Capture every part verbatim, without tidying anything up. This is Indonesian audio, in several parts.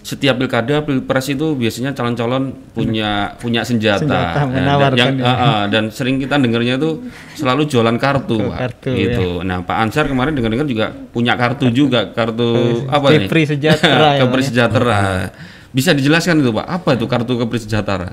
setiap pilkada, pilpres itu biasanya calon-calon punya punya senjata, senjata ya, dan, yang, ya. uh, uh, dan sering kita dengarnya itu selalu jualan kartu, Pak, kartu gitu. Ya. Nah, Pak Ansar kemarin dengar-dengar juga punya kartu, kartu. juga, kartu apa nih? Kepri Sejahtera. Kepri Sejahtera. Bisa dijelaskan itu, Pak? Apa itu kartu Kepri Sejahtera?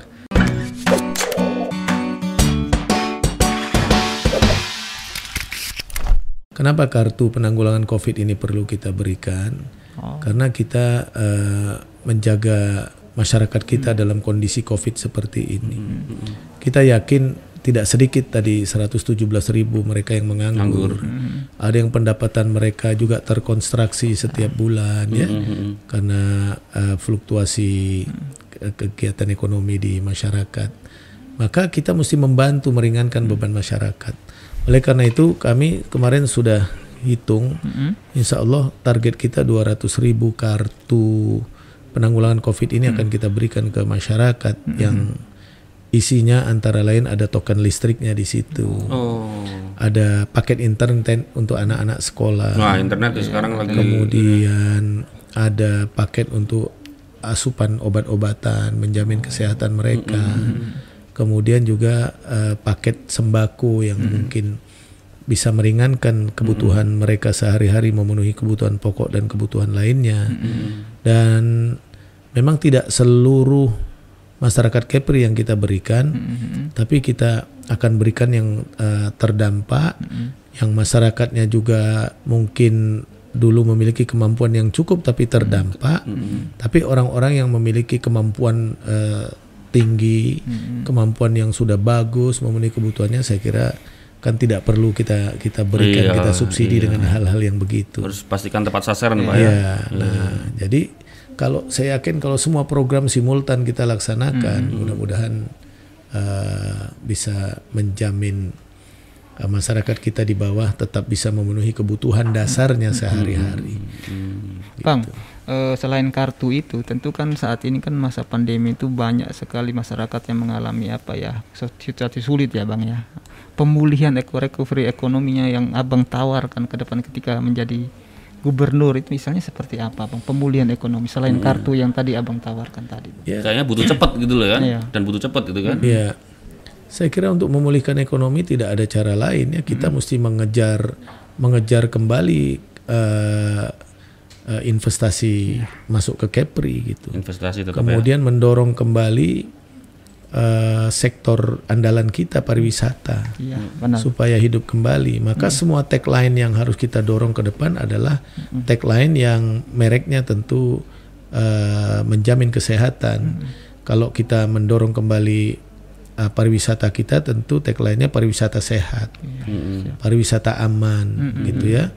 Kenapa kartu penanggulangan COVID ini perlu kita berikan? Oh. Karena kita uh, menjaga masyarakat kita hmm. dalam kondisi COVID seperti ini. Hmm. Kita yakin tidak sedikit tadi seratus tujuh belas ribu mereka yang menganggur. Hmm. Ada yang pendapatan mereka juga terkonstruksi setiap bulan hmm. ya, hmm. karena uh, fluktuasi hmm. kegiatan ekonomi di masyarakat. Maka kita mesti membantu meringankan beban masyarakat. Oleh karena itu kami kemarin sudah hitung, mm-hmm. insya Allah target kita dua ratus ribu kartu penanggulangan COVID ini mm-hmm. akan kita berikan ke masyarakat mm-hmm. yang isinya antara lain ada token listriknya di situ, oh. ada paket internet untuk anak-anak sekolah. Nah, internet ya, sekarang lagi. Kemudian ada paket untuk asupan obat-obatan, menjamin kesehatan mereka. Mm-hmm. Kemudian juga uh, paket sembako yang hmm. mungkin bisa meringankan kebutuhan hmm. mereka sehari-hari, memenuhi kebutuhan pokok dan kebutuhan lainnya. Hmm. Dan memang tidak seluruh masyarakat Kepri yang kita berikan, hmm. tapi kita akan berikan yang uh, terdampak, hmm. yang masyarakatnya juga mungkin dulu memiliki kemampuan yang cukup tapi terdampak, hmm. tapi orang-orang yang memiliki kemampuan uh, tinggi, hmm. kemampuan yang sudah bagus memenuhi kebutuhannya, saya kira kan tidak perlu kita kita berikan, iya, kita subsidi iya. dengan hal-hal yang begitu. Harus pastikan tepat sasaran, Pak. Iya. Ya. Nah, iya. jadi kalau saya yakin kalau semua program simultan kita laksanakan, hmm. mudah-mudahan uh, bisa menjamin uh, masyarakat kita di bawah tetap bisa memenuhi kebutuhan dasarnya sehari-hari. Hmm. Gitu. Bang. Uh, selain kartu itu, tentu kan saat ini kan masa pandemi itu banyak sekali masyarakat yang mengalami apa ya, situasi sulit ya Bang ya. Pemulihan recovery ekonominya yang Abang tawarkan ke depan ketika menjadi gubernur itu misalnya seperti apa Bang? Pemulihan ekonomi selain hmm. kartu yang tadi Abang tawarkan tadi. Ya, kayaknya butuh cepat gitu loh kan, ya. Dan butuh cepat gitu kan. Iya. Saya kira untuk memulihkan ekonomi tidak ada cara lain ya, kita hmm. mesti mengejar mengejar kembali uh, Uh, investasi ya. masuk ke Kepri gitu. Investasi tetap Kemudian ya. mendorong kembali uh, sektor andalan kita pariwisata ya, supaya hidup kembali. Maka hmm. semua tagline yang harus kita dorong ke depan adalah hmm. tagline yang mereknya tentu uh, menjamin kesehatan. Hmm. Kalau kita mendorong kembali Uh, pariwisata kita, tentu tagline-nya pariwisata sehat, mm-hmm. pariwisata aman, mm-hmm. gitu ya.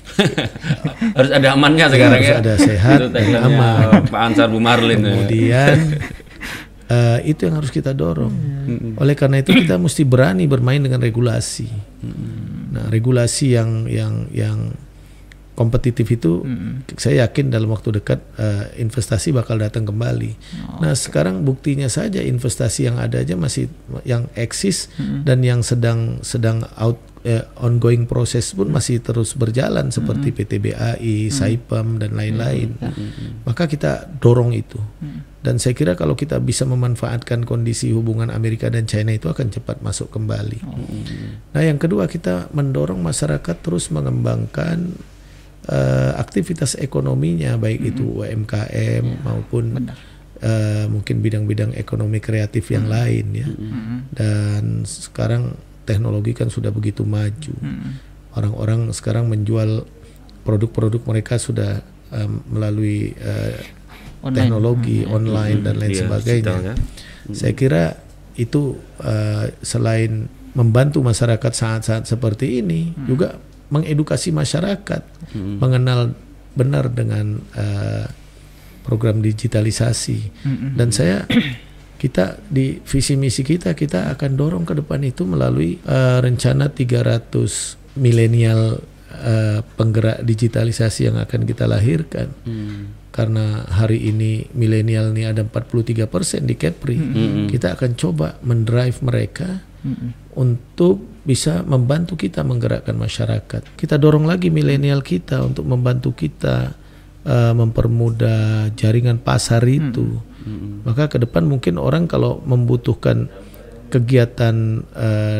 Harus ada amannya sekarang harus ya. Harus ada sehat dan aman. Pak Ansar Bu Marlin. Kemudian uh, itu yang harus kita dorong. Mm-hmm. Oleh karena itu kita mesti berani bermain dengan regulasi. Mm-hmm. Nah, regulasi yang yang yang kompetitif itu, mm-hmm. saya yakin dalam waktu dekat uh, investasi bakal datang kembali. Oh, nah okay. sekarang buktinya saja investasi yang ada aja masih yang eksis, mm-hmm. dan yang sedang sedang out uh, ongoing proses pun masih terus berjalan seperti mm-hmm. P T B A I, mm-hmm. Saipem dan lain-lain. Mm-hmm. Maka kita dorong itu. Mm-hmm. Dan saya kira kalau kita bisa memanfaatkan kondisi hubungan Amerika dan China itu akan cepat masuk kembali. Mm-hmm. Nah yang kedua, kita mendorong masyarakat terus mengembangkan Uh, aktivitas ekonominya, baik mm-hmm. itu U M K M yeah. maupun uh, mungkin bidang-bidang ekonomi kreatif yang mm-hmm. lain ya. Mm-hmm. Dan sekarang teknologi kan sudah begitu maju. Mm-hmm. Orang-orang sekarang menjual produk-produk mereka sudah um, melalui uh, online. teknologi mm-hmm. online mm-hmm. dan lain yeah, sebagainya. Ya. Mm-hmm. Saya kira itu uh, selain membantu masyarakat saat-saat seperti ini, mm-hmm. juga mengedukasi masyarakat, hmm. mengenal benar dengan uh, program digitalisasi. Hmm. Dan saya, kita di visi misi kita, kita akan dorong ke depan itu melalui uh, rencana tiga ratus milenial uh, penggerak digitalisasi yang akan kita lahirkan. Hmm. Karena hari ini milenial ini ada empat puluh tiga persen di Kepri, hmm. kita akan coba mendrive mereka hmm. untuk bisa membantu kita menggerakkan masyarakat. Kita dorong lagi milenial kita untuk membantu kita uh, mempermudah jaringan pasar itu. Hmm. Maka ke depan mungkin orang kalau membutuhkan kegiatan uh,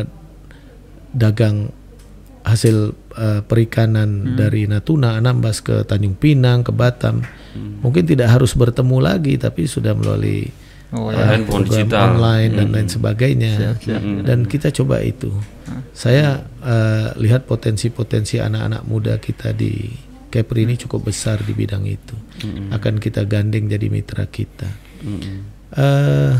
dagang hasil uh, perikanan hmm. dari Natuna, Anambas ke Tanjung Pinang, ke Batam, hmm. mungkin tidak harus bertemu lagi, tapi sudah melalui oh, ya, uh, program online dan hmm. lain sebagainya. Siap, siap, hmm. Dan kita coba itu. Hmm. Saya uh, lihat potensi-potensi anak-anak muda kita di Kepri ini cukup besar di bidang itu. Hmm. Akan kita gandeng jadi mitra kita. Hmm. Uh,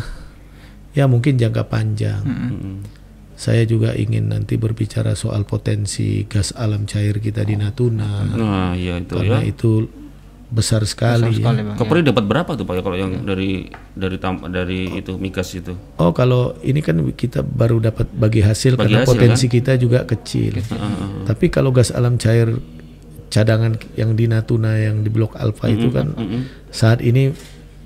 ya mungkin jangka panjang. Hmm. Saya juga ingin nanti berbicara soal potensi gas alam cair kita di Natuna. Nah, iya itu karena ya. itu besar sekali. Besar sekali ya. Kepri ya. Dapat berapa tuh Pak ya kalau yang ya. dari dari tam, dari itu migas itu? Oh, kalau ini kan kita baru dapat bagi hasil bagi karena hasil, potensi kan? Kita juga kecil. kecil. Uh, uh, Tapi kalau gas alam cair cadangan yang di Natuna yang di Blok Alfa uh, itu kan uh, uh, saat ini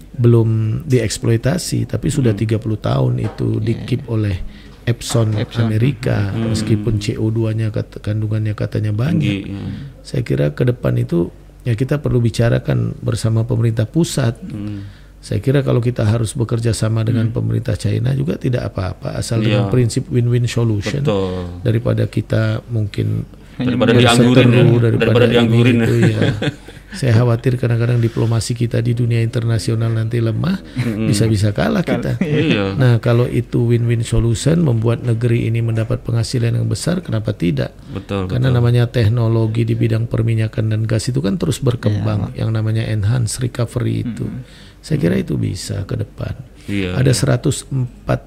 belum dieksploitasi, tapi sudah uh, tiga puluh tahun itu yeah. dikip oleh Epson, Epson Amerika, hmm. meskipun C O dua nya kat, kandungannya katanya banyak. Hmm. Saya kira ke depan itu ya kita perlu bicarakan bersama pemerintah pusat. Hmm. Saya kira kalau kita harus bekerja sama dengan hmm. pemerintah China juga tidak apa-apa, asal yeah. dengan prinsip win-win solution. Betul. Daripada kita mungkin daripada dianggurin, ya. daripada, daripada dianggurin. Itu, ya. Saya khawatir kadang-kadang diplomasi kita di dunia internasional nanti lemah, mm-hmm. bisa-bisa kalah kita. Iya. Nah, kalau itu win-win solution membuat negeri ini mendapat penghasilan yang besar, kenapa tidak? Betul. Karena betul. namanya teknologi di bidang perminyakan dan gas itu kan terus berkembang, yeah. yang namanya enhanced recovery itu. Mm-hmm. Saya kira itu bisa ke depan. Iya, Ada iya. seratus empat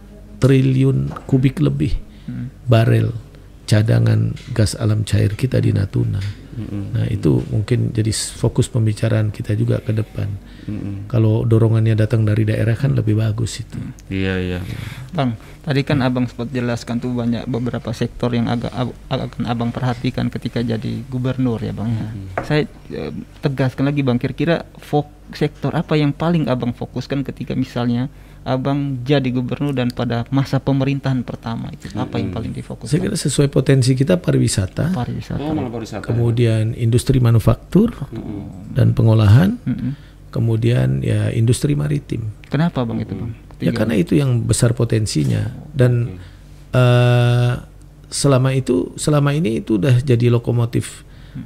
triliun kubik lebih mm. barel cadangan gas alam cair kita di Natuna. Mm-hmm. Nah itu mungkin jadi fokus pembicaraan kita juga ke depan. Mm-hmm. Kalau dorongannya datang dari daerah kan lebih bagus itu. Iya iya. Bang, tadi kan abang sempat jelaskan tuh banyak beberapa sektor yang agak ab- akan abang perhatikan ketika jadi gubernur ya bang. Mm-hmm. Saya eh, tegaskan lagi bang, kira-kira fok- sektor apa yang paling abang fokuskan ketika misalnya abang jadi gubernur dan pada masa pemerintahan pertama itu hmm. apa yang paling difokuskan? Saya kira sesuai potensi kita pariwisata, pariwisata. Oh, pariwisata. Kemudian industri manufaktur hmm. dan pengolahan, hmm. kemudian ya industri maritim. Kenapa bang itu bang? Ketiga. Ya karena itu yang besar potensinya dan okay. uh, selama itu selama ini itu udah jadi lokomotif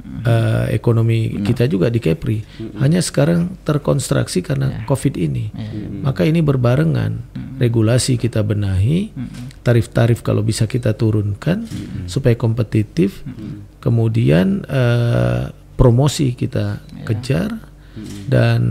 Uh, ekonomi Benar. kita juga di Kepri. Mm-hmm. Hanya sekarang terkonstruksi karena yeah. COVID ini. Mm-hmm. Maka ini berbarengan. Mm-hmm. Regulasi kita benahi, mm-hmm. tarif-tarif kalau bisa kita turunkan mm-hmm. supaya kompetitif. Mm-hmm. Kemudian uh, promosi kita yeah. kejar mm-hmm. dan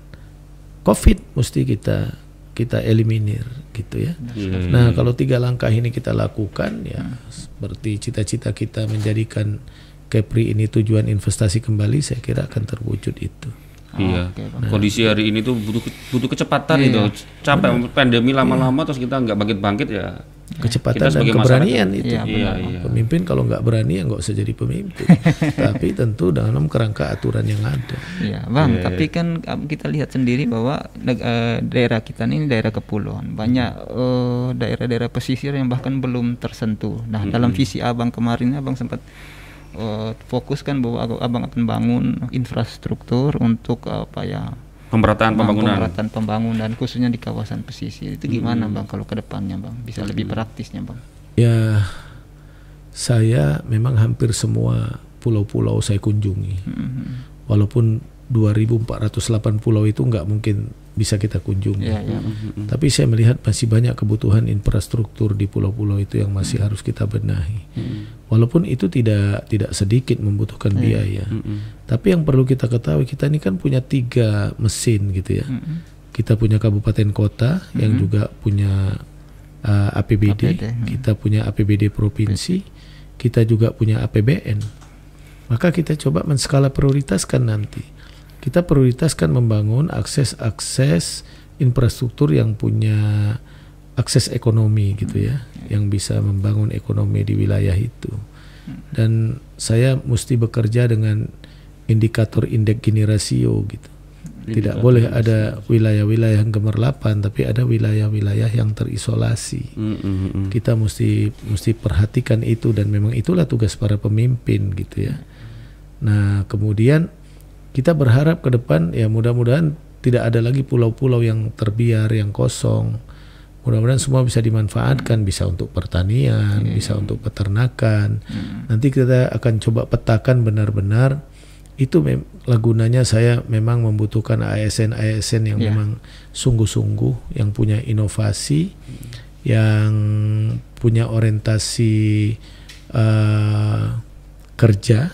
COVID mesti kita kita eliminir gitu ya. Mm-hmm. Nah, kalau tiga langkah ini kita lakukan ya mm-hmm. seperti cita-cita kita menjadikan Kepri ini tujuan investasi kembali, saya kira akan terwujud itu. Oh, iya. Okay, nah, kondisi hari ini tuh butuh butuh kecepatan iya. itu. Capek benar. Pandemi lama-lama iya. terus kita nggak bangkit-bangkit ya. Kecepatan dan keberanian masyarakat. Itu. Iya, iya, iya. Pemimpin kalau nggak berani ya nggak usah jadi pemimpin. Tapi tentu dalam kerangka aturan yang ada. Iya, bang. Iya, tapi iya. kan kita lihat sendiri bahwa uh, daerah kita ini daerah kepulauan, banyak uh, daerah-daerah pesisir yang bahkan belum tersentuh. Nah, mm-hmm. dalam visi abang kemarin, abang sempat Uh, fokuskan bahwa abang akan bangun infrastruktur untuk uh, apa ya pemerataan pembangunan pemerataan pembangunan khususnya di kawasan pesisir itu gimana hmm. bang kalau ke depannya bang bisa hmm. lebih praktisnya bang? Ya saya memang hampir semua pulau-pulau saya kunjungi hmm. walaupun dua ribu empat ratus delapan pulau itu nggak mungkin bisa kita kunjungi. Ya, ya. Mm-hmm. Tapi saya melihat masih banyak kebutuhan infrastruktur di pulau-pulau itu yang masih mm-hmm. harus kita benahi. Mm-hmm. Walaupun itu tidak tidak sedikit membutuhkan mm-hmm. biaya. Mm-hmm. Tapi yang perlu kita ketahui, kita ini kan punya tiga mesin gitu ya. Mm-hmm. Kita punya kabupaten kota mm-hmm. yang juga punya uh, A P B D, A P B D. Mm-hmm. Kita punya A P B D provinsi, mm-hmm. kita juga punya A P B N. Maka kita coba menskala prioritaskan nanti. Kita prioritaskan membangun akses-akses infrastruktur yang punya akses ekonomi gitu ya, yang bisa membangun ekonomi di wilayah itu. Dan saya mesti bekerja dengan indikator indeks Gini rasio gitu. Tidak boleh ada wilayah-wilayah yang gemerlapan, tapi ada wilayah-wilayah yang terisolasi. Mm-hmm. Kita mesti mesti perhatikan itu dan memang itulah tugas para pemimpin gitu ya. Nah kemudian kita berharap ke depan ya mudah-mudahan tidak ada lagi pulau-pulau yang terbiar, yang kosong. Mudah-mudahan semua bisa dimanfaatkan, bisa untuk pertanian, hmm. bisa untuk peternakan. Hmm. Nanti kita akan coba petakan benar-benar itu mem- gunanya saya memang membutuhkan A S N-A S N yang yeah. memang sungguh-sungguh, yang punya inovasi, hmm. yang punya orientasi uh, kerja,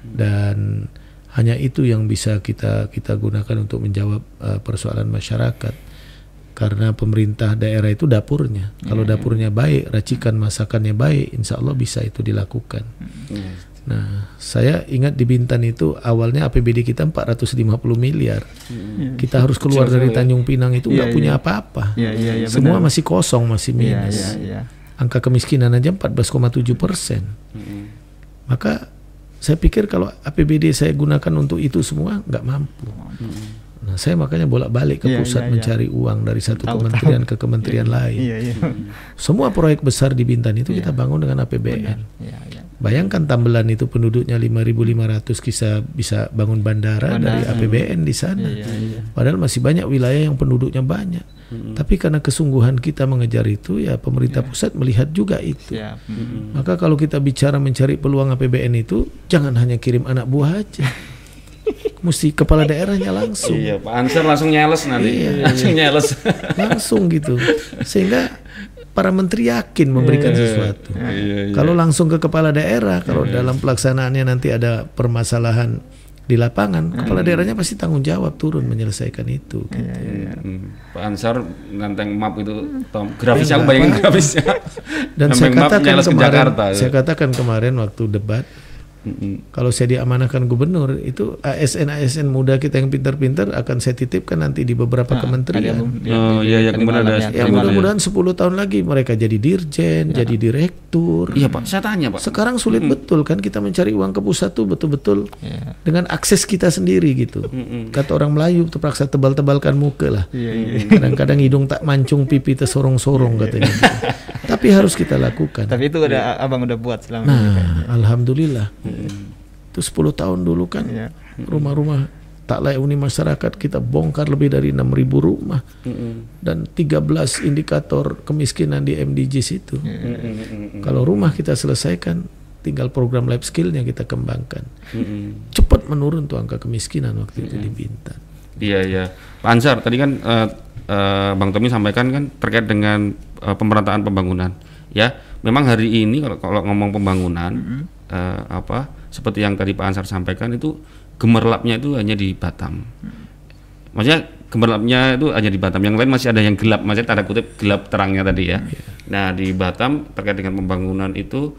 dan hanya itu yang bisa kita kita gunakan untuk menjawab uh, persoalan masyarakat. Karena pemerintah daerah itu dapurnya. Yeah, Kalau dapurnya yeah. baik, racikan masakannya baik, insya Allah bisa itu dilakukan. Yeah. Nah, saya ingat di Bintan itu awalnya A P B D kita empat ratus lima puluh miliar. Yeah. Kita harus keluar Kecil dari Tanjung Pinang itu nggak yeah, punya yeah. apa-apa. Yeah, yeah, yeah, Semua benar. Masih kosong, masih minus. Yeah, yeah, yeah. Angka kemiskinan aja empat belas koma tujuh persen. Mm-hmm. Maka saya pikir kalau A P B D saya gunakan untuk itu semua nggak mampu. Mm-hmm. Nah, saya makanya bolak-balik ke yeah, pusat yeah, mencari yeah. uang dari satu tahu, kementerian tahu. ke kementerian yeah, lain. Yeah, yeah. Semua proyek besar di Bintan itu yeah. kita bangun dengan A P B N. Yeah, yeah. Bayangkan Tambelan itu penduduknya lima ribu lima ratus, bisa bisa bangun bandara, bandara dari A P B N di sana. Yeah, yeah, yeah. Padahal masih banyak wilayah yang penduduknya banyak. Mm-hmm. Tapi karena kesungguhan kita mengejar itu, ya pemerintah yeah. pusat melihat juga itu. Yeah. Mm-hmm. Maka kalau kita bicara mencari peluang A P B N itu, jangan hanya kirim anak buah aja. Mesti kepala daerahnya langsung. Iya, Pak Ansar langsung nyeles nanti. Iya, langsung nyeles. Langsung gitu. Sehingga para menteri yakin memberikan iya, sesuatu. Iya, iya. Kalau langsung ke kepala daerah, kalau iya. dalam pelaksanaannya nanti ada permasalahan di lapangan, kepala hmm. daerahnya pasti tanggung jawab turun menyelesaikan itu. Gitu. Iya, iya. Hmm. Pak Ansar nanteng map itu, tom, grafisnya aku bayangin grafisnya. Dan saya katakan kemarin, saya katakan kemarin waktu debat. Mm-hmm. Kalau saya diamanahkan gubernur, itu A S N-A S N muda kita yang pintar-pintar akan saya titipkan nanti di beberapa nah, kementerian. Oh iya, ya, kemudian ada. Ya mudah-mudahan sepuluh tahun lagi mereka jadi dirjen, ya. jadi direktur. Iya Pak, saya tanya Pak. Sekarang sulit mm-hmm. betul kan kita mencari uang ke pusat tuh betul-betul ya. dengan akses kita sendiri gitu. Mm-hmm. Kata orang Melayu terpaksa tebal-tebalkan muka lah. Ya, ya. Kadang-kadang hidung tak mancung, pipi tersorong-sorong ya, katanya. Ya. Tapi harus kita lakukan. Tapi itu udah ya. abang udah buat selama nah, ini. Nah, alhamdulillah. Hmm. Itu sepuluh tahun dulu kan ya. rumah-rumah tak layak huni masyarakat kita bongkar lebih dari enam ribu rumah hmm. dan tiga belas indikator kemiskinan di M D Gs itu. Hmm. Kalau rumah kita selesaikan, tinggal program life skillnya kita kembangkan. Hmm. Cepat menurun tuh angka kemiskinan waktu hmm. itu di Bintan. Iya iya, Pak Ansar tadi kan uh, uh, Bang Tommy sampaikan kan terkait dengan uh, pemerataan pembangunan. Ya, memang hari ini kalau, kalau ngomong pembangunan. Hmm. Uh, apa seperti yang tadi Pak Ansar sampaikan itu gemerlapnya itu hanya di Batam. Maksudnya gemerlapnya itu hanya di Batam. Yang lain masih ada yang gelap, maksudnya tanda kutip gelap terangnya tadi ya. Yeah. Nah di Batam terkait dengan pembangunan itu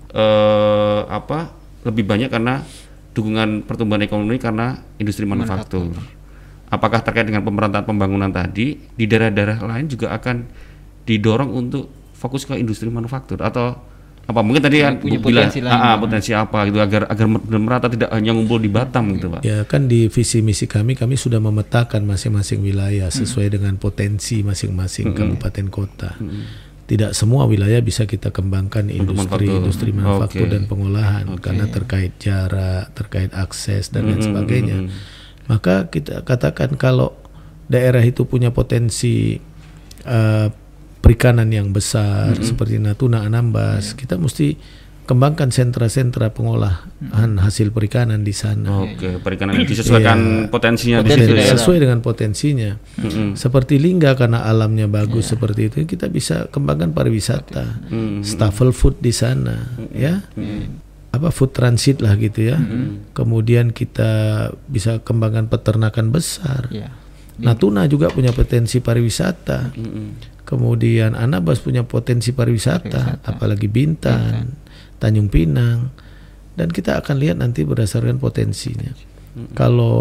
uh, apa lebih banyak karena dukungan pertumbuhan ekonomi karena industri manufaktur. Apakah terkait dengan pemerataan pembangunan tadi di daerah-daerah lain juga akan didorong untuk fokus ke industri manufaktur atau apa mungkin tadi kan punya potensi, bila, ah, potensi apa gitu agar agar merata tidak hanya ngumpul di Batam gitu Pak. Ya kan di visi misi kami kami sudah memetakan masing-masing wilayah sesuai hmm. dengan potensi masing-masing hmm. kabupaten kota. Hmm. Tidak semua wilayah bisa kita kembangkan industri manufaktur. industri manufaktur okay. dan pengolahan okay. karena terkait jarak, terkait akses dan hmm. lain sebagainya. Hmm. Maka kita katakan kalau daerah itu punya potensi uh, perikanan yang besar mm-hmm. seperti Natuna, Anambas, yeah. kita mesti kembangkan sentra-sentra pengolahan mm-hmm. hasil perikanan di sana. Oke, okay. perikanan disesuaikan yeah. potensinya Potensi di situ ya. Sesuai dengan potensinya. Mm-hmm. Seperti Lingga karena alamnya bagus yeah. seperti itu, kita bisa kembangkan pariwisata, mm-hmm. staple food di sana, mm-hmm. ya. Mm-hmm. Apa food transit lah gitu ya. Mm-hmm. Kemudian kita bisa kembangkan peternakan besar. Yeah. Natuna juga punya potensi pariwisata. Mm-hmm. Kemudian Anambas punya potensi pariwisata, pariwisata. apalagi Bintan, Bintan, Tanjung Pinang, dan kita akan lihat nanti berdasarkan potensinya. Mm-hmm. Kalau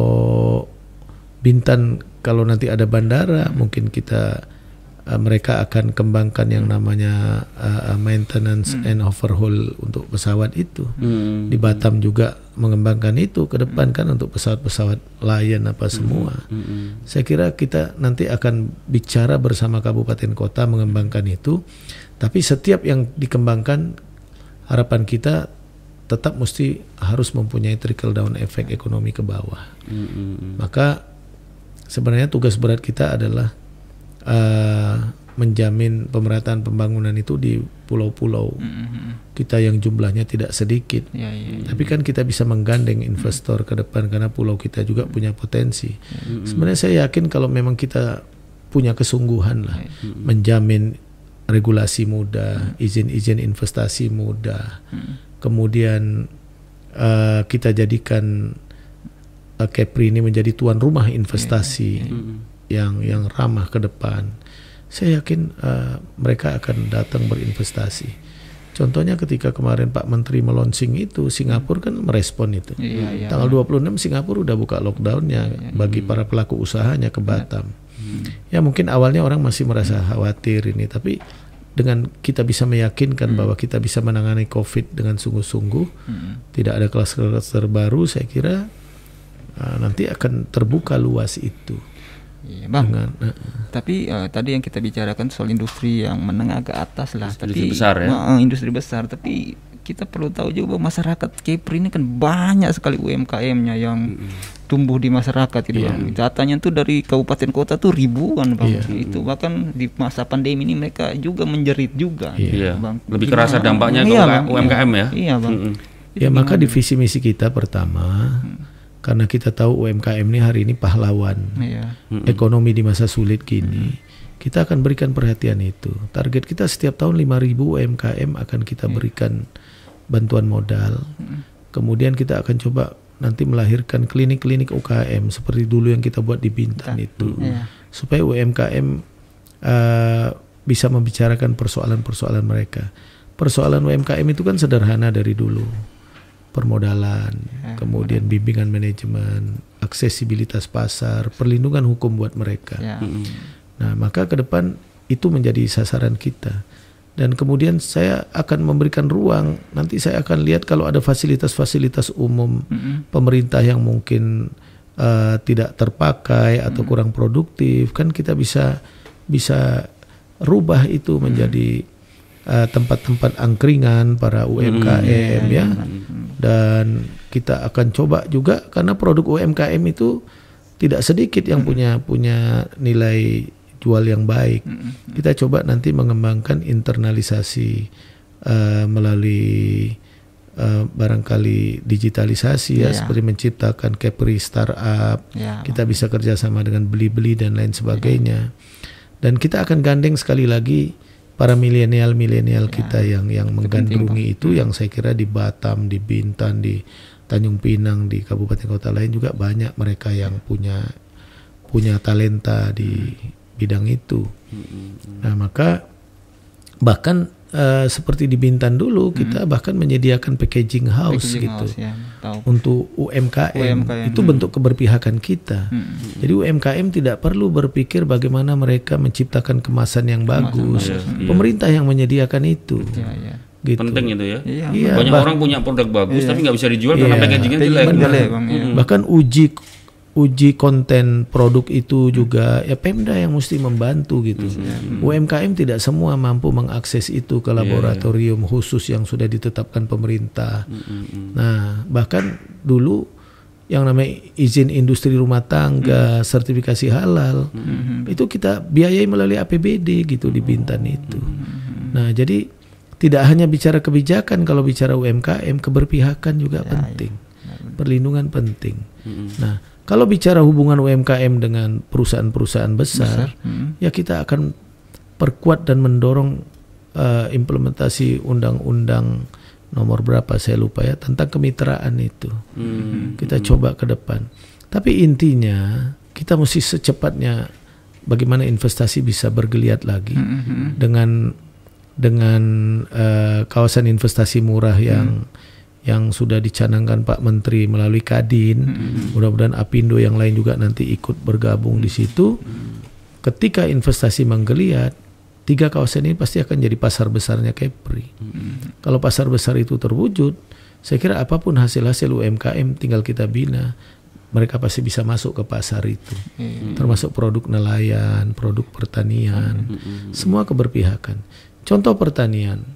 Bintan, kalau nanti ada bandara, mm-hmm. mungkin kita uh, mereka akan kembangkan yang namanya uh, maintenance mm-hmm. and overhaul untuk pesawat itu. Mm-hmm. Di Batam juga mengembangkan itu ke depan mm-hmm. kan untuk pesawat-pesawat Lion apa semua. Mm-hmm. Saya kira kita nanti akan bicara bersama kabupaten kota mengembangkan itu. Tapi setiap yang dikembangkan harapan kita tetap mesti harus mempunyai trickle down effect ekonomi ke bawah. Mm-hmm. Maka sebenarnya tugas berat kita adalah uh, menjamin pemerataan pembangunan itu di pulau-pulau mm-hmm. kita yang jumlahnya tidak sedikit. Ya, ya, ya. Tapi kan kita bisa menggandeng investor mm-hmm. ke depan karena pulau kita juga punya potensi. Mm-hmm. Sebenarnya saya yakin kalau memang kita punya kesungguhan lah mm-hmm. menjamin regulasi mudah, mm-hmm. izin-izin investasi mudah, mm-hmm. kemudian uh, kita jadikan uh, Kepri ini menjadi tuan rumah investasi yeah, yeah, yeah. yang yang ramah ke depan. Saya yakin uh, mereka akan datang berinvestasi. Contohnya ketika kemarin Pak Menteri melonsing itu, Singapura kan merespon itu. Yeah, yeah, Tanggal dua puluh enam Singapura udah buka lockdownnya yeah, yeah, bagi yeah. para pelaku usahanya ke Batam. Yeah. Ya mungkin awalnya orang masih merasa khawatir ini, tapi dengan kita bisa meyakinkan hmm. bahwa kita bisa menangani COVID dengan sungguh-sungguh, hmm. tidak ada kluster-kluster baru, saya kira uh, nanti akan terbuka luas itu. Iya, Bang. Dengan, uh, tapi uh, tadi yang kita bicarakan soal industri yang menengah ke atas lah, industri tapi besar ya. Uh, industri besar, tapi kita perlu tahu juga bahwa masyarakat Kepri ini kan banyak sekali U M K M-nya yang hmm. tumbuh di masyarakat gitu yeah. Bang. Datanya tuh dari kabupaten kota tuh ribuan Bang. Yeah. Itu bahkan di masa pandemi ini mereka juga menjerit juga yeah. gitu, Bang. Lebih kerasa dampaknya ke iya, U M K M ya. Iya Bang. Mm-hmm. Ya maka di visi misi kita pertama hmm. karena kita tahu U M K M ini hari ini pahlawan yeah. mm-hmm. ekonomi di masa sulit gini. Mm-hmm. Kita akan berikan perhatian itu. Target kita setiap tahun lima ribu U M K M akan kita yeah. berikan bantuan modal. Mm-hmm. Kemudian kita akan coba nanti melahirkan klinik-klinik U K M seperti dulu yang kita buat di Bintan Kita. itu yeah. supaya U M K M uh, bisa membicarakan persoalan-persoalan mereka. Persoalan U M K M itu kan sederhana dari dulu, permodalan, yeah, kemudian benar. bimbingan manajemen, aksesibilitas pasar, perlindungan hukum buat mereka. Yeah. Nah maka ke depan itu menjadi sasaran kita. Dan kemudian saya akan memberikan ruang, nanti saya akan lihat kalau ada fasilitas-fasilitas umum mm-hmm. pemerintah yang mungkin uh, tidak terpakai atau mm-hmm. kurang produktif, kan kita bisa bisa rubah itu menjadi uh, tempat-tempat angkringan para U M K M mm-hmm. ya. Dan kita akan coba juga karena produk U M K M itu tidak sedikit yang mm-hmm. punya punya nilai jual yang baik. Mm-hmm. Kita coba nanti mengembangkan internalisasi uh, melalui uh, barangkali digitalisasi yeah, ya, yeah. seperti menciptakan Kepri startup. Yeah. Kita bisa kerjasama dengan beli-beli dan lain sebagainya. Yeah. Dan kita akan gandeng sekali lagi para milenial-milenial yeah. kita yang yang menggandrungi itu, yang saya kira di Batam, di Bintan, di Tanjung Pinang, di kabupaten kota lain juga banyak mereka yang punya punya talenta di bidang itu. Mm-hmm. Nah maka bahkan uh, seperti di Bintan dulu mm-hmm. kita bahkan menyediakan packaging house packaging gitu house, ya. Untuk U M K M, U M K M itu mm-hmm. bentuk keberpihakan kita. Mm-hmm. Jadi U M K M tidak perlu berpikir bagaimana mereka menciptakan kemasan yang kemasan bagus. bagus. Pemerintah yang menyediakan itu. Ya, ya. Gitu. Penting itu ya. Iya, iya, banyak bah- orang punya produk bagus iya. tapi nggak bisa dijual iya. karena packagingnya jelek. Mm-hmm. Bahkan uji uji konten produk itu juga ya Pemda yang mesti membantu gitu. Mm-hmm. U M K M tidak semua mampu mengakses itu ke laboratorium yeah. khusus yang sudah ditetapkan pemerintah. Mm-hmm. Nah bahkan dulu yang namanya izin industri rumah tangga, mm-hmm. sertifikasi halal, mm-hmm. itu kita biayai melalui A P B D gitu di Bintan itu. Mm-hmm. Nah jadi tidak hanya bicara kebijakan, kalau bicara U M K M keberpihakan juga ya, penting, ya. perlindungan penting. Mm-hmm. Nah kalau bicara hubungan U M K M dengan perusahaan-perusahaan besar, besar. Hmm. ya kita akan perkuat dan mendorong uh, implementasi undang-undang nomor berapa saya lupa ya tentang kemitraan itu. Hmm. Kita hmm. coba ke depan. Tapi intinya kita mesti secepatnya bagaimana investasi bisa bergeliat lagi hmm. dengan dengan uh, kawasan investasi murah yang hmm. yang sudah dicanangkan Pak Menteri melalui Kadin. Hmm. Mudah-mudahan Apindo yang lain juga nanti ikut bergabung di situ. Hmm. Ketika investasi menggeliat, tiga kawasan ini pasti akan jadi pasar besarnya Kepri. Hmm. Kalau pasar besar itu terwujud, saya kira apapun hasil-hasil U M K M tinggal kita bina, mereka pasti bisa masuk ke pasar itu. Hmm. Termasuk produk nelayan, produk pertanian, hmm. semua keberpihakan. Contoh pertanian.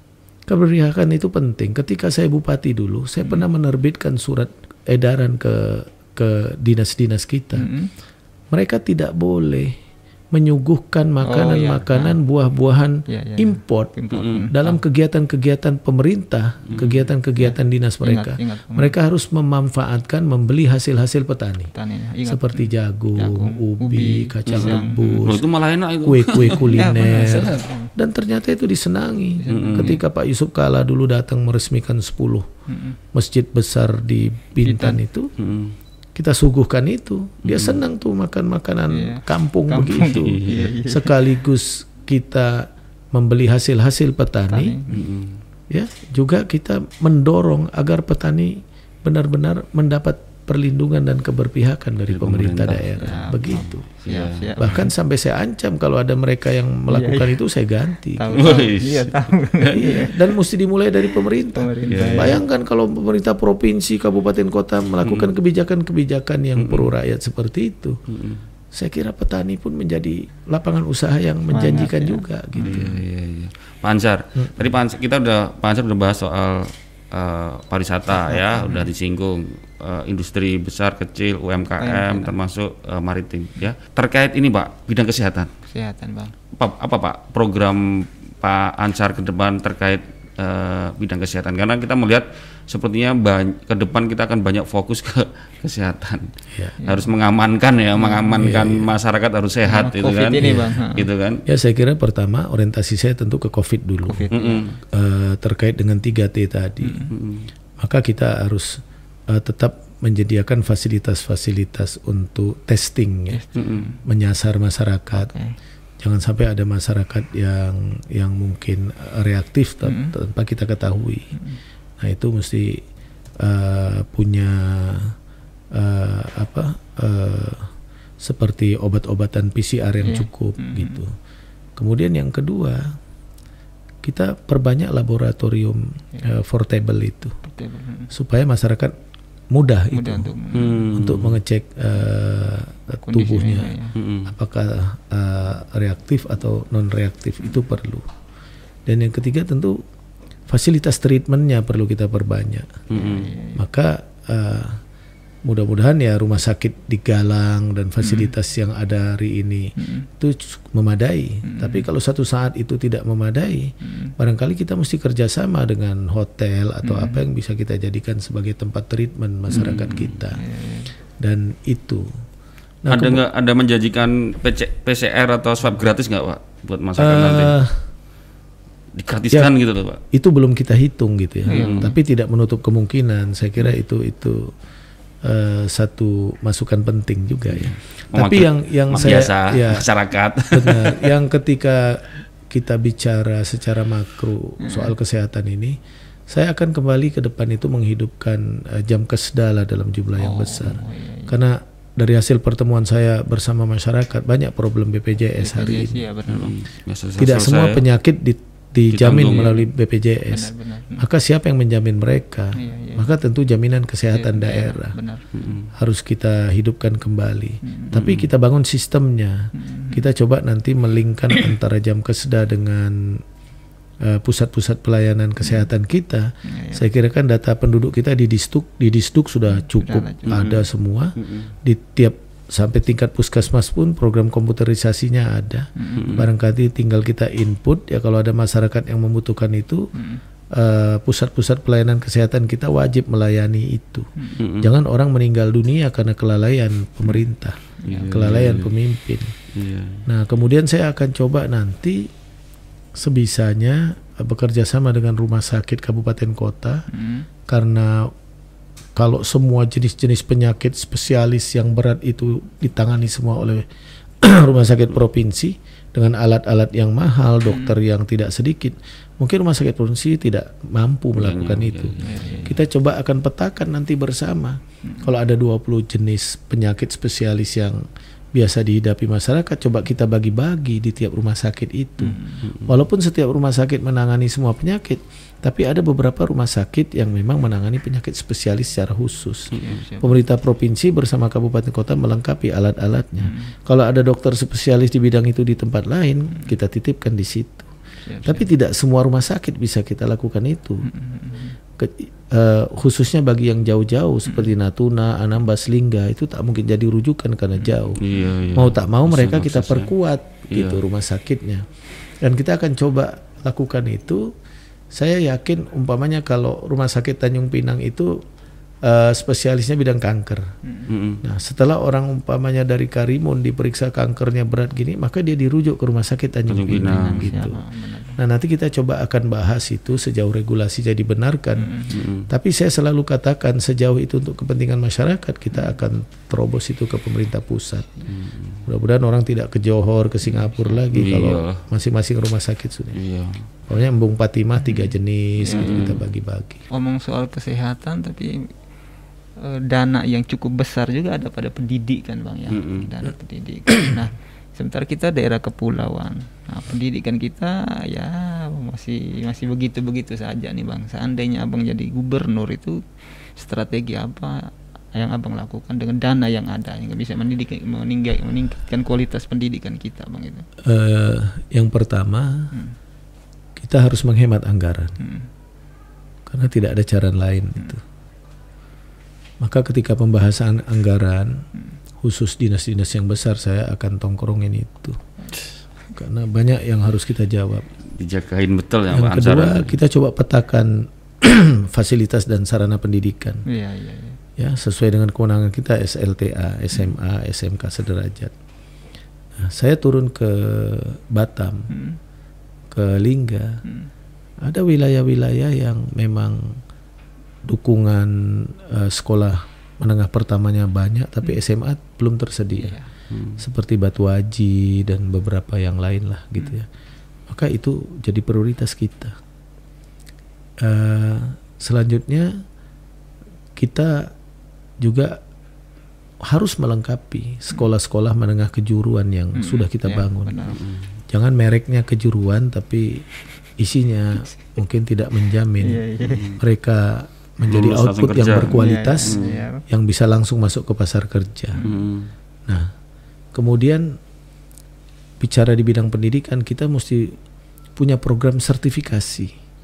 Keberpihakan itu penting. Ketika saya bupati dulu, saya hmm. pernah menerbitkan surat edaran ke ke dinas-dinas kita. Hmm. Mereka tidak boleh menyuguhkan makanan-makanan, oh, iya. buah-buahan ya, ya, import mm-hmm. dalam kegiatan-kegiatan pemerintah, mm-hmm. kegiatan-kegiatan ya. dinas mereka. Ingat, ingat. Mereka harus memanfaatkan membeli hasil-hasil petani, petani ya. seperti jagung, jagung ubi, ubi, kacang rebus, itu malah enak itu. kue-kue kuliner, dan ternyata itu disenangi. Mm-hmm. Ketika Pak Yusuf Kala dulu datang meresmikan sepuluh mm-hmm. masjid besar di Bintan, Bintan. itu. Mm-hmm. Kita suguhkan itu, dia hmm. senang tuh makan makanan yeah. kampung, kampung begitu. Iya, iya. Sekaligus kita membeli hasil-hasil petani, petani. ya juga kita mendorong agar petani benar-benar mendapat perlindungan dan keberpihakan dari pemerintah, pemerintah daerah, ya, begitu. Siap, siap. Bahkan sampai saya ancam kalau ada mereka yang melakukan iya, iya. itu saya ganti. Tahu, tahu. Iya, tahu. Iya. Dan mesti dimulai dari pemerintah. pemerintah. Iya, Bayangkan kalau pemerintah provinsi, kabupaten, kota melakukan hmm. kebijakan-kebijakan yang hmm. pro rakyat seperti itu. Hmm. Saya kira petani pun menjadi lapangan usaha yang menjanjikan Banyak, juga, ya. gitu. Iya, iya, iya. Pak Ansar, hmm. tadi Pak Ansar, kita udah Pak Ansar udah bahas soal uh, pariwisata, hmm. ya, hmm. udah disinggung. Uh, industri besar kecil U M K M ya, termasuk uh, maritim ya. Terkait ini Pak, bidang kesehatan. Kesehatan Bang. Apa, apa Pak program Pak Ansar ke depan terkait uh, bidang kesehatan? Karena kita melihat sepertinya bany- ke depan kita akan banyak fokus ke kesehatan. Ya. Harus ya. mengamankan ya, ya mengamankan ya, ya. masyarakat harus sehat itu kan. Ini, Bang. Gitu kan. Ya saya kira pertama orientasi saya tentu ke Covid dulu. COVID. Mm-hmm. Uh, terkait dengan tiga T tadi. Mm-hmm. Maka kita harus Uh, tetap menyediakan fasilitas-fasilitas untuk testing ya, mm-hmm. menyasar masyarakat. Okay. Jangan sampai ada masyarakat yang yang mungkin reaktif mm-hmm. tanpa kita ketahui. Mm-hmm. Nah itu mesti uh, punya uh, apa uh, seperti obat-obatan P C R yang yeah. cukup mm-hmm. gitu. Kemudian yang kedua, kita perbanyak laboratorium yeah. uh, portable itu portable. Mm-hmm. supaya masyarakat mudah, mudah itu untuk, hmm. untuk mengecek uh, tubuhnya ya. hmm. apakah uh, reaktif atau non reaktif, hmm. itu perlu. Dan yang ketiga tentu fasilitas treatmentnya perlu kita perbanyak. hmm. Maka uh, mudah-mudahan ya rumah sakit di Galang dan fasilitas hmm. yang ada hari ini hmm. itu memadai. Hmm. Tapi kalau satu saat itu tidak memadai, hmm. barangkali kita mesti kerjasama dengan hotel atau hmm. apa yang bisa kita jadikan sebagai tempat treatment masyarakat hmm. kita. Dan itu. Nah, ada nggak ada menjanjikan P C R atau swab gratis nggak Pak buat masyarakat uh, nanti? Digratiskan ya, gitu loh Pak. Itu belum kita hitung gitu ya. Hmm. Tapi tidak menutup kemungkinan. Saya kira itu itu. Uh, satu masukan penting juga ya. Memakai, Tapi yang yang saya ya, masyarakat. Benar. Yang ketika kita bicara secara makro soal kesehatan ini, saya akan kembali ke depan itu menghidupkan uh, jam kesda lah dalam jumlah yang oh, besar. Iya, iya. Karena dari hasil pertemuan saya bersama masyarakat banyak problem B P J S hari ini. Ya, benar, hmm. Tidak semua ya. penyakit di dijamin Ditanggung, melalui B P J S. Benar, benar. Maka siapa yang menjamin mereka? Iya, iya. Maka tentu jaminan kesehatan iya, daerah benar. harus kita hidupkan kembali. Hmm. Tapi kita bangun sistemnya. Hmm. Kita coba nanti melingkan antara jam kesda dengan uh, pusat-pusat pelayanan kesehatan kita. Iya, iya. Saya kira kan data penduduk kita di Disduk, di Disduk sudah cukup benar, ada hmm. semua. Hmm. Di tiap sampai tingkat puskesmas pun program komputerisasinya ada. Mm-hmm. Barangkali tinggal kita input ya, kalau ada masyarakat yang membutuhkan itu, mm-hmm. uh, pusat-pusat pelayanan kesehatan kita wajib melayani itu. Mm-hmm. Jangan orang meninggal dunia karena kelalaian pemerintah, yeah, kelalaian yeah, pemimpin. Yeah. Nah kemudian saya akan coba nanti sebisanya uh, bekerja sama dengan rumah sakit kabupaten kota, mm-hmm. karena kalau semua jenis-jenis penyakit spesialis yang berat itu ditangani semua oleh rumah sakit provinsi dengan alat-alat yang mahal, dokter yang tidak sedikit, mungkin rumah sakit provinsi tidak mampu melakukan ya, itu. Ya, ya, ya. Kita coba akan petakan nanti bersama. Hmm. Kalau ada dua puluh jenis penyakit spesialis yang biasa dihadapi masyarakat, coba kita bagi-bagi di tiap rumah sakit itu. Hmm. Walaupun setiap rumah sakit menangani semua penyakit, tapi ada beberapa rumah sakit yang memang menangani penyakit spesialis secara khusus. Hmm. Pemerintah provinsi bersama kabupaten kota melengkapi alat-alatnya. Hmm. Kalau ada dokter spesialis di bidang itu di tempat lain, kita titipkan di situ. Siap, Tapi siap. tidak semua rumah sakit bisa kita lakukan itu. Ke, uh, khususnya bagi yang jauh-jauh seperti Natuna, Anambas, Lingga itu tak mungkin jadi rujukan karena jauh. Iya, iya. Mau tak mau mereka kita Aksesnya. perkuat gitu Iya. rumah sakitnya. Dan kita akan coba lakukan itu. Saya yakin umpamanya kalau rumah sakit Tanjung Pinang itu uh, spesialisnya bidang kanker. Mm-mm. Nah, setelah orang umpamanya dari Karimun diperiksa kankernya berat gini, maka dia dirujuk ke rumah sakit Tanjung, Tanjung Pinang, Pinang. gitu. Siap, benar. Nah, nanti kita coba akan bahas itu sejauh regulasi jadi benarkan. Mm-mm. Tapi saya selalu katakan sejauh itu untuk kepentingan masyarakat, kita akan terobos itu ke pemerintah pusat. Mudah-mudahan orang tidak ke Johor, ke Singapura lagi Iya. kalau masing-masing rumah sakit sudah. Iya. Pokoknya Embung Fatimah tiga jenis gitu kita bagi-bagi. Ngomong soal kesehatan tapi eh, dana yang cukup besar juga ada pada pendidikan Bang ya. Mm-mm. Dana pendidikan. Nah, sementara kita daerah kepulauan. Nah, pendidikan kita ya masih masih begitu-begitu saja nih Bang. Seandainya Abang jadi gubernur itu strategi apa yang Abang lakukan dengan dana yang ada yang bisa mendidik meningkat, meningkatkan kualitas pendidikan kita Bang itu? Eh, yang pertama, kita harus menghemat anggaran. Hmm. Karena tidak ada cara lain itu. Maka ketika pembahasan anggaran khusus dinas-dinas yang besar, saya akan tongkrongin itu. Karena banyak yang harus kita jawab. Dijagain betul ya Yang Pak kedua, Ansar. kita coba petakan fasilitas dan sarana pendidikan. Iya iya iya. Ya, sesuai dengan kewenangan kita S L T A, S M A, S M K sederajat. Nah, saya turun ke Batam, Hmm. ke Lingga. Hmm. Ada wilayah-wilayah yang memang dukungan eh, sekolah menengah pertamanya banyak, tapi S M A belum tersedia. Iya. Hmm. Seperti Batu Haji dan beberapa yang lain lah gitu ya. Maka itu jadi prioritas kita. Eh, selanjutnya kita juga harus melengkapi sekolah-sekolah menengah kejuruan yang Hmm, sudah kita ya, bangun. benar. Jangan mereknya kejuruan tapi isinya mungkin tidak menjamin Iya, iya. mereka menjadi Lulus langsung output yang kerja. berkualitas Iya, iya. yang bisa langsung masuk ke pasar kerja. Hmm. Nah, kemudian bicara di bidang pendidikan, kita mesti punya program sertifikasi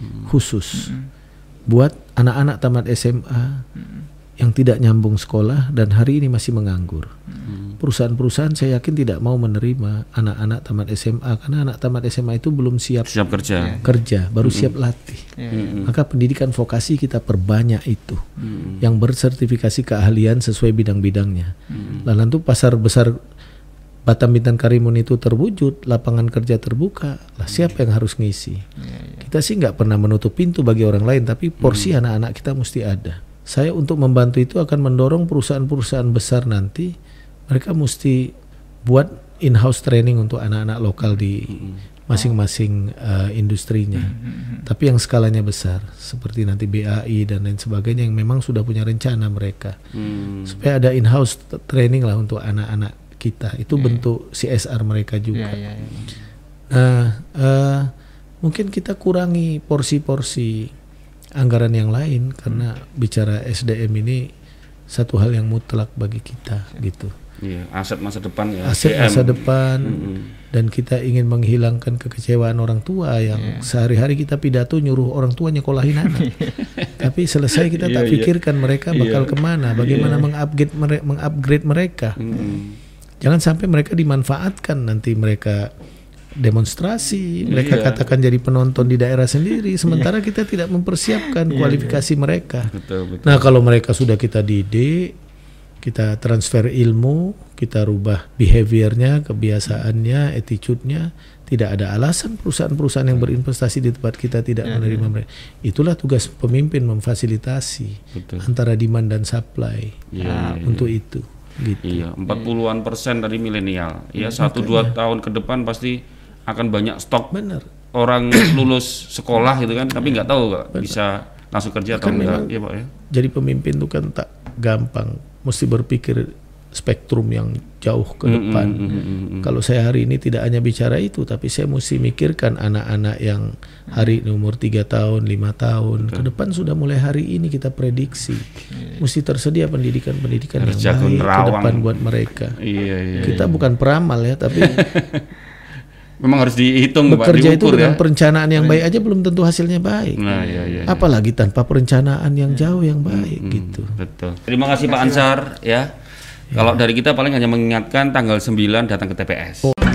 khusus buat anak-anak tamat S M A yang tidak nyambung sekolah dan hari ini masih menganggur. Perusahaan-perusahaan saya yakin tidak mau menerima anak-anak tamat S M A karena anak tamat S M A itu belum siap Siap kerja. kerja, baru siap latih. Iya, iya. Maka pendidikan vokasi kita perbanyak itu, Hmm. yang bersertifikasi keahlian sesuai bidang-bidangnya. Lalu nanti pasar besar Batam Bintan Karimun itu terwujud, lapangan kerja terbuka, lah siapa yang harus ngisi? Iya, iya. Kita sih nggak pernah menutup pintu bagi orang lain, tapi porsi anak-anak kita mesti ada. Saya untuk membantu itu akan mendorong perusahaan-perusahaan besar nanti, mereka mesti buat in-house training untuk anak-anak lokal di masing-masing uh, industrinya. Tapi yang skalanya besar, seperti nanti B A I dan lain sebagainya yang memang sudah punya rencana mereka. Hmm. Supaya ada in-house t- training lah untuk anak-anak kita. Itu bentuk C S R mereka juga. Iya, iya, iya. Nah, eh, mungkin kita kurangi porsi-porsi anggaran yang lain karena bicara S D M ini satu hal yang mutlak bagi kita gitu. Iya, aset masa depan ya. Aset S D M. masa depan Mm-mm. dan kita ingin menghilangkan kekecewaan orang tua yang sehari-hari kita pidato nyuruh orang tua nyekolahin anak. Tapi selesai kita tak Iya, iya. pikirkan mereka bakal Iya. kemana, bagaimana mengupgrade mere- mengupgrade mereka. Mm-mm. Jangan sampai mereka dimanfaatkan, nanti mereka demonstrasi, mereka Iya. katakan jadi penonton di daerah sendiri, sementara kita tidak mempersiapkan kualifikasi mereka. Betul, betul. Nah, kalau mereka sudah kita didik, kita transfer ilmu, kita rubah behaviornya, kebiasaannya, attitude-nya, tidak ada alasan perusahaan-perusahaan yang berinvestasi di tempat kita tidak menerima mereka. Itulah tugas pemimpin, memfasilitasi Betul. antara demand dan supply Iya, iya, untuk itu. Gitu. Iya, empat puluhan persen dari milenial. Ya, satu dua tahun ke depan pasti akan banyak stok Benar. orang lulus sekolah gitu kan, tapi nggak tahu nggak bisa langsung kerja atau Kan enggak. memang Iya, Pak ya. Jadi pemimpin itu kan tak gampang, mesti berpikir spektrum yang jauh ke depan. mm, mm, mm, mm. Kalau saya hari ini tidak hanya bicara itu, tapi saya mesti mikirkan anak-anak yang hari ini umur tiga tahun, lima tahun, ke depan sudah mulai hari ini kita prediksi. Mesti tersedia pendidikan-pendidikan Harus yang jago baik ke nerawang. depan buat mereka. Iya, iya. Kita bukan peramal ya, tapi memang harus dihitung, bekerja Pak, itu dengan ya. perencanaan yang baik aja belum tentu hasilnya baik. Nah, iya, iya, apalagi tanpa perencanaan yang jauh yang baik hmm, gitu. Betul. Terima kasih Pak Ansar ya. Kalau dari kita paling hanya mengingatkan tanggal sembilan datang ke T P S. Oh.